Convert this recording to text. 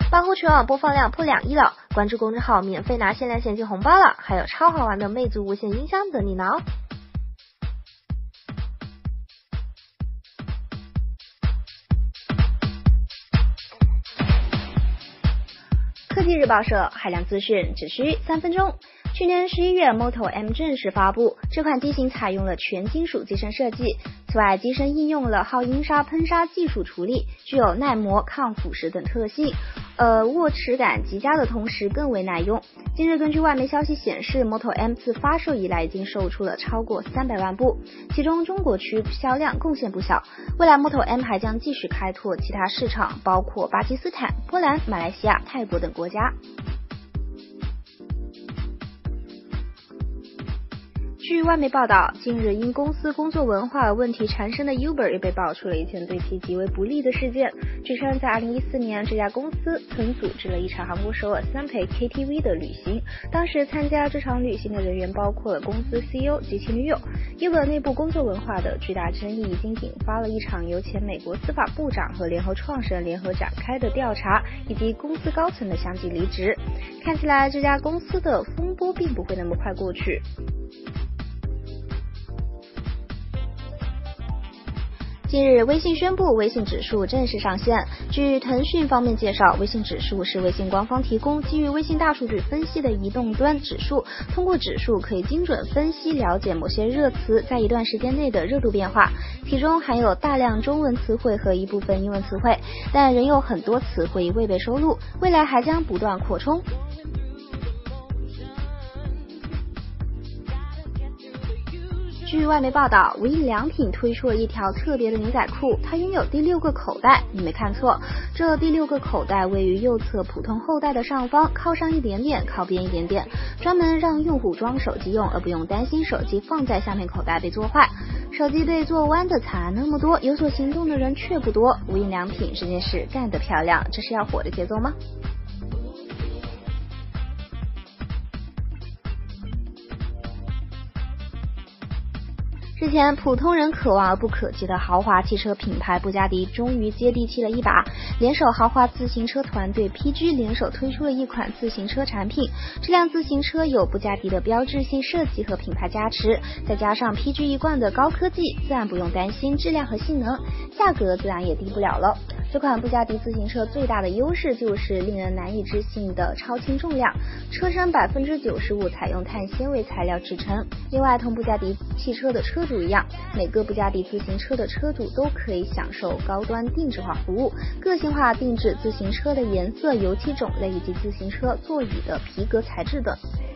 八户全网播放量破2亿了，关注公众号免费拿限量现金红包了，还有超好玩的魅族无线音箱等你拿哦。科技日报社海量资讯只需3分钟。去年11月 Moto M 正式发布，这款机型采用了全金属机身设计，此外机身应用了耗音沙喷砂技术处理，具有耐磨、抗腐蚀等特性，握持感极佳的同时更为耐用。近日根据外媒消息显示， Moto M 自发售以来已经售出了超过300万部，其中中国区销量贡献不小。未来 Moto M 还将继续开拓其他市场，包括巴基斯坦、波兰、马来西亚、泰国等国家。据外媒报道，近日因公司工作文化问题缠身的 Uber 也被爆出了一件对其极为不利的事件。据称，在2014年，这家公司曾组织了一场韩国首尔三陪 KTV 的旅行，当时参加这场旅行的人员包括了公司 CEO 及其女友。Uber 内部工作文化的巨大争议已经引发了一场由前美国司法部长和联合创始人联合展开的调查，以及公司高层的相继离职。看起来这家公司的风波并不会那么快过去。近日，微信宣布微信指数正式上线。据腾讯方面介绍，微信指数是微信官方提供基于微信大数据分析的移动端指数，通过指数可以精准分析了解某些热词在一段时间内的热度变化，其中含有大量中文词汇和一部分英文词汇，但仍有很多词汇未被收录，未来还将不断扩充。据外媒报道，无印良品推出了一条特别的牛仔裤，它拥有第6个口袋，你没看错，这第6个口袋位于右侧普通后袋的上方，靠上一点点，靠边一点点，专门让用户装手机用，而不用担心手机放在下面口袋被做坏。手机被做弯的惨案那么多，有所行动的人却不多，无印良品这件事干得漂亮，这是要火的节奏吗？之前普通人可望而不可及的豪华汽车品牌布加迪终于接地气了一把，联手豪华自行车团队 PG 联手推出了一款自行车产品。这辆自行车有布加迪的标志性设计和品牌加持，再加上 PG 一贯的高科技，自然不用担心质量和性能，价格自然也低不了了。这款布加迪自行车最大的优势就是令人难以置信的超轻重量，车身95%采用碳纤维材料制成。另外，同布加迪汽车的车主一样，每个布加迪自行车的车主都可以享受高端定制化服务，个性化定制自行车的颜色、油漆种类以及自行车座椅的皮革材质等。